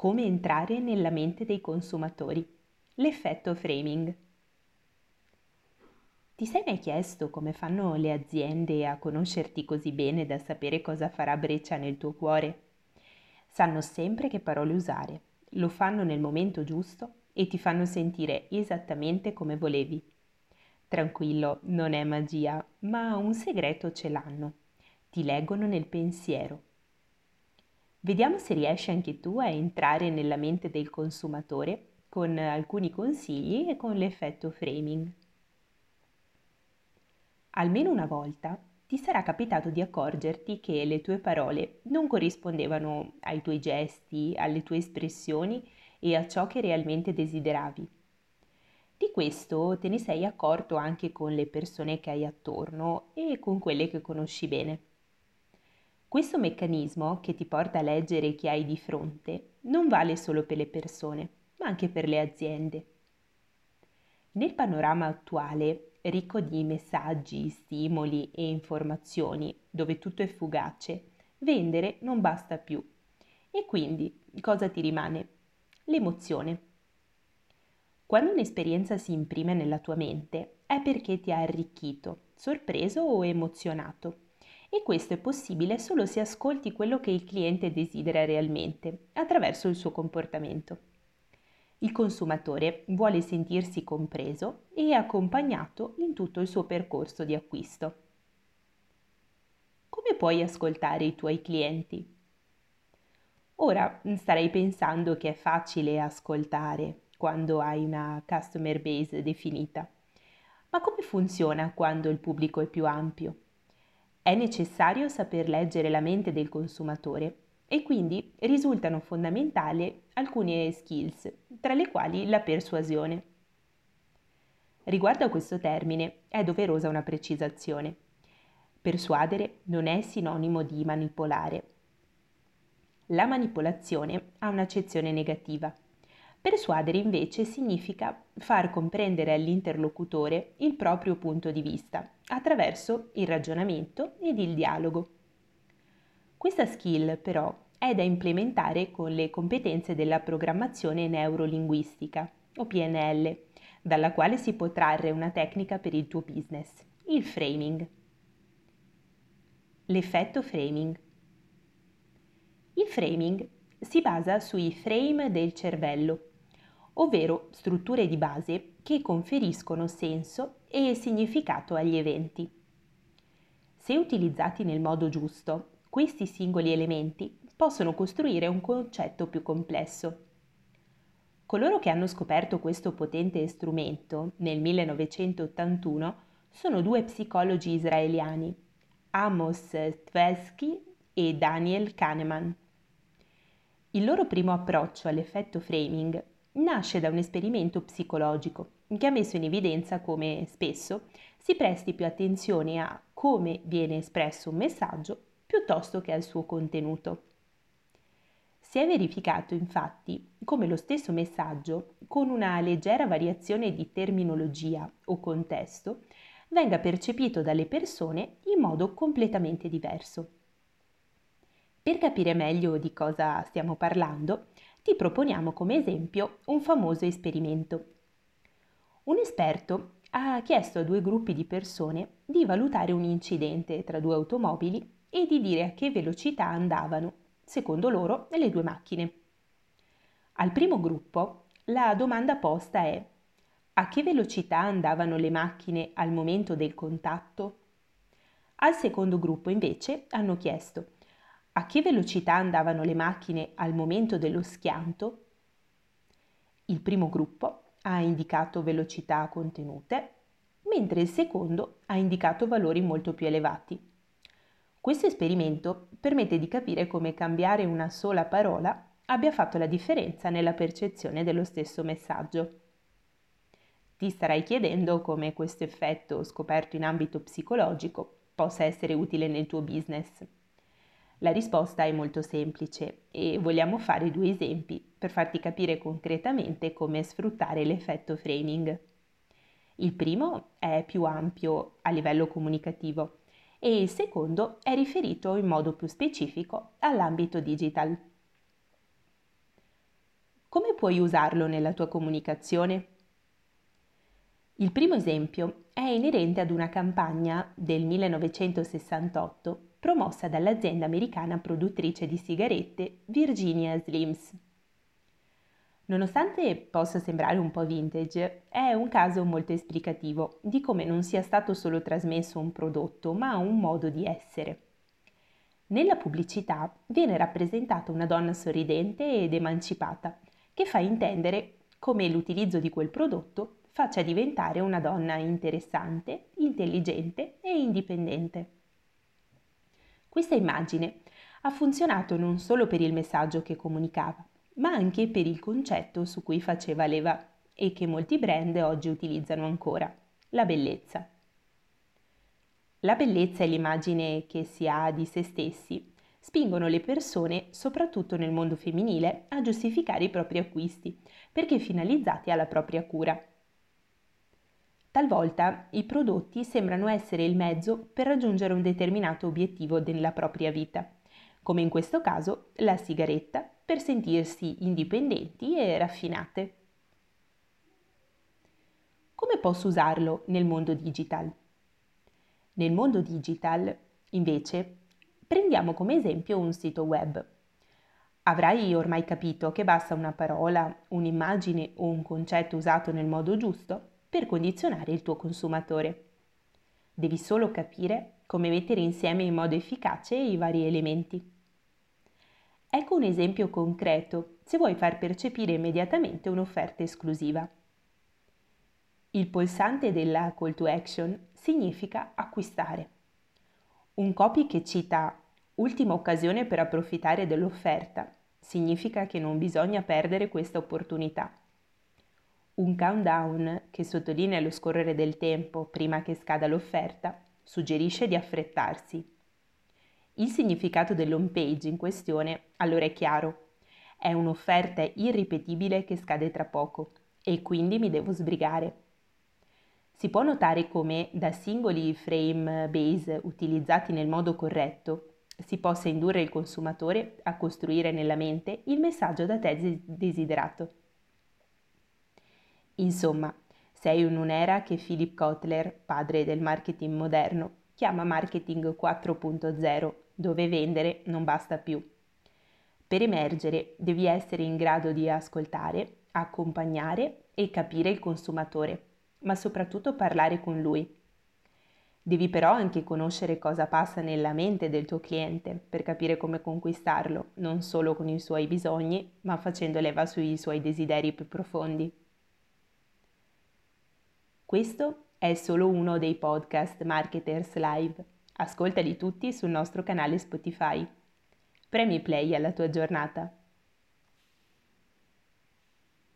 Come entrare nella mente dei consumatori. L'effetto framing. Ti sei mai chiesto come fanno le aziende a conoscerti così bene da sapere cosa farà breccia nel tuo cuore? Sanno sempre che parole usare, lo fanno nel momento giusto e ti fanno sentire esattamente come volevi. Tranquillo, non è magia, ma un segreto ce l'hanno. Ti leggono nel pensiero. Vediamo se riesci anche tu a entrare nella mente del consumatore con alcuni consigli e con l'effetto framing. Almeno una volta ti sarà capitato di accorgerti che le tue parole non corrispondevano ai tuoi gesti, alle tue espressioni e a ciò che realmente desideravi. Di questo te ne sei accorto anche con le persone che hai attorno e con quelle che conosci bene. Questo meccanismo che ti porta a leggere chi hai di fronte non vale solo per le persone, ma anche per le aziende. Nel panorama attuale, ricco di messaggi, stimoli e informazioni, dove tutto è fugace, vendere non basta più. E quindi cosa ti rimane? L'emozione. Quando un'esperienza si imprime nella tua mente è perché ti ha arricchito, sorpreso o emozionato. E questo è possibile solo se ascolti quello che il cliente desidera realmente, attraverso il suo comportamento. Il consumatore vuole sentirsi compreso e accompagnato in tutto il suo percorso di acquisto. Come puoi ascoltare i tuoi clienti? Ora starai pensando che è facile ascoltare quando hai una customer base definita, ma come funziona quando il pubblico è più ampio? È necessario saper leggere la mente del consumatore e quindi risultano fondamentali alcune skills, tra le quali la persuasione. Riguardo a questo termine è doverosa una precisazione. Persuadere non è sinonimo di manipolare. La manipolazione ha un'accezione negativa. Persuadere invece significa far comprendere all'interlocutore il proprio punto di vista attraverso il ragionamento ed il dialogo. Questa skill però è da implementare con le competenze della programmazione neurolinguistica o PNL, dalla quale si può trarre una tecnica per il tuo business, il framing. L'effetto framing. Il framing si basa sui frame del cervello, ovvero strutture di base che conferiscono senso e significato agli eventi. Se utilizzati nel modo giusto, questi singoli elementi possono costruire un concetto più complesso. Coloro che hanno scoperto questo potente strumento nel 1981 sono due psicologi israeliani, Amos Tversky e Daniel Kahneman. Il loro primo approccio all'effetto framing nasce da un esperimento psicologico che ha messo in evidenza come spesso si presti più attenzione a come viene espresso un messaggio piuttosto che al suo contenuto. Si è verificato infatti come lo stesso messaggio, con una leggera variazione di terminologia o contesto, venga percepito dalle persone in modo completamente diverso. Per capire meglio di cosa stiamo parlando, ti proponiamo come esempio un famoso esperimento. Un esperto ha chiesto a due gruppi di persone di valutare un incidente tra due automobili e di dire a che velocità andavano, secondo loro, le due macchine. Al primo gruppo la domanda posta è: a che velocità andavano le macchine al momento del contatto? Al secondo gruppo invece hanno chiesto: a che velocità andavano le macchine al momento dello schianto? Il primo gruppo ha indicato velocità contenute, mentre il secondo ha indicato valori molto più elevati. Questo esperimento permette di capire come cambiare una sola parola abbia fatto la differenza nella percezione dello stesso messaggio. Ti starai chiedendo come questo effetto scoperto in ambito psicologico possa essere utile nel tuo business. La risposta è molto semplice e vogliamo fare due esempi per farti capire concretamente come sfruttare l'effetto framing. Il primo è più ampio a livello comunicativo e il secondo è riferito in modo più specifico all'ambito digital. Come puoi usarlo nella tua comunicazione? Il primo esempio è inerente ad una campagna del 1968 promossa dall'azienda americana produttrice di sigarette Virginia Slims. Nonostante possa sembrare un po' vintage, è un caso molto esplicativo di come non sia stato solo trasmesso un prodotto, ma un modo di essere. Nella pubblicità viene rappresentata una donna sorridente ed emancipata, che fa intendere come l'utilizzo di quel prodotto faccia diventare una donna interessante, intelligente e indipendente. Questa immagine ha funzionato non solo per il messaggio che comunicava, ma anche per il concetto su cui faceva leva e che molti brand oggi utilizzano ancora, la bellezza. La bellezza e l'immagine che si ha di se stessi spingono le persone, soprattutto nel mondo femminile, a giustificare i propri acquisti, perché finalizzati alla propria cura. Talvolta i prodotti sembrano essere il mezzo per raggiungere un determinato obiettivo nella propria vita, come in questo caso la sigaretta per sentirsi indipendenti e raffinate. Come posso usarlo nel mondo digital? Nel mondo digital, invece, prendiamo come esempio un sito web. Avrai ormai capito che basta una parola, un'immagine o un concetto usato nel modo giusto per condizionare il tuo consumatore. Devi solo capire come mettere insieme in modo efficace i vari elementi. Ecco un esempio concreto se vuoi far percepire immediatamente un'offerta esclusiva. Il pulsante della call to action significa acquistare. Un copy che cita ultima occasione per approfittare dell'offerta significa che non bisogna perdere questa opportunità. Un countdown che sottolinea lo scorrere del tempo prima che scada l'offerta suggerisce di affrettarsi. Il significato dell'home page in questione allora è chiaro. È un'offerta irripetibile che scade tra poco e quindi mi devo sbrigare. Si può notare come da singoli frame base utilizzati nel modo corretto si possa indurre il consumatore a costruire nella mente il messaggio da te desiderato. Insomma, sei in un'era che Philip Kotler, padre del marketing moderno, chiama marketing 4.0, dove vendere non basta più. Per emergere devi essere in grado di ascoltare, accompagnare e capire il consumatore, ma soprattutto parlare con lui. Devi però anche conoscere cosa passa nella mente del tuo cliente per capire come conquistarlo, non solo con i suoi bisogni, ma facendo leva sui suoi desideri più profondi. Questo è solo uno dei podcast Marketers Live. Ascoltali tutti sul nostro canale Spotify. Premi play alla tua giornata.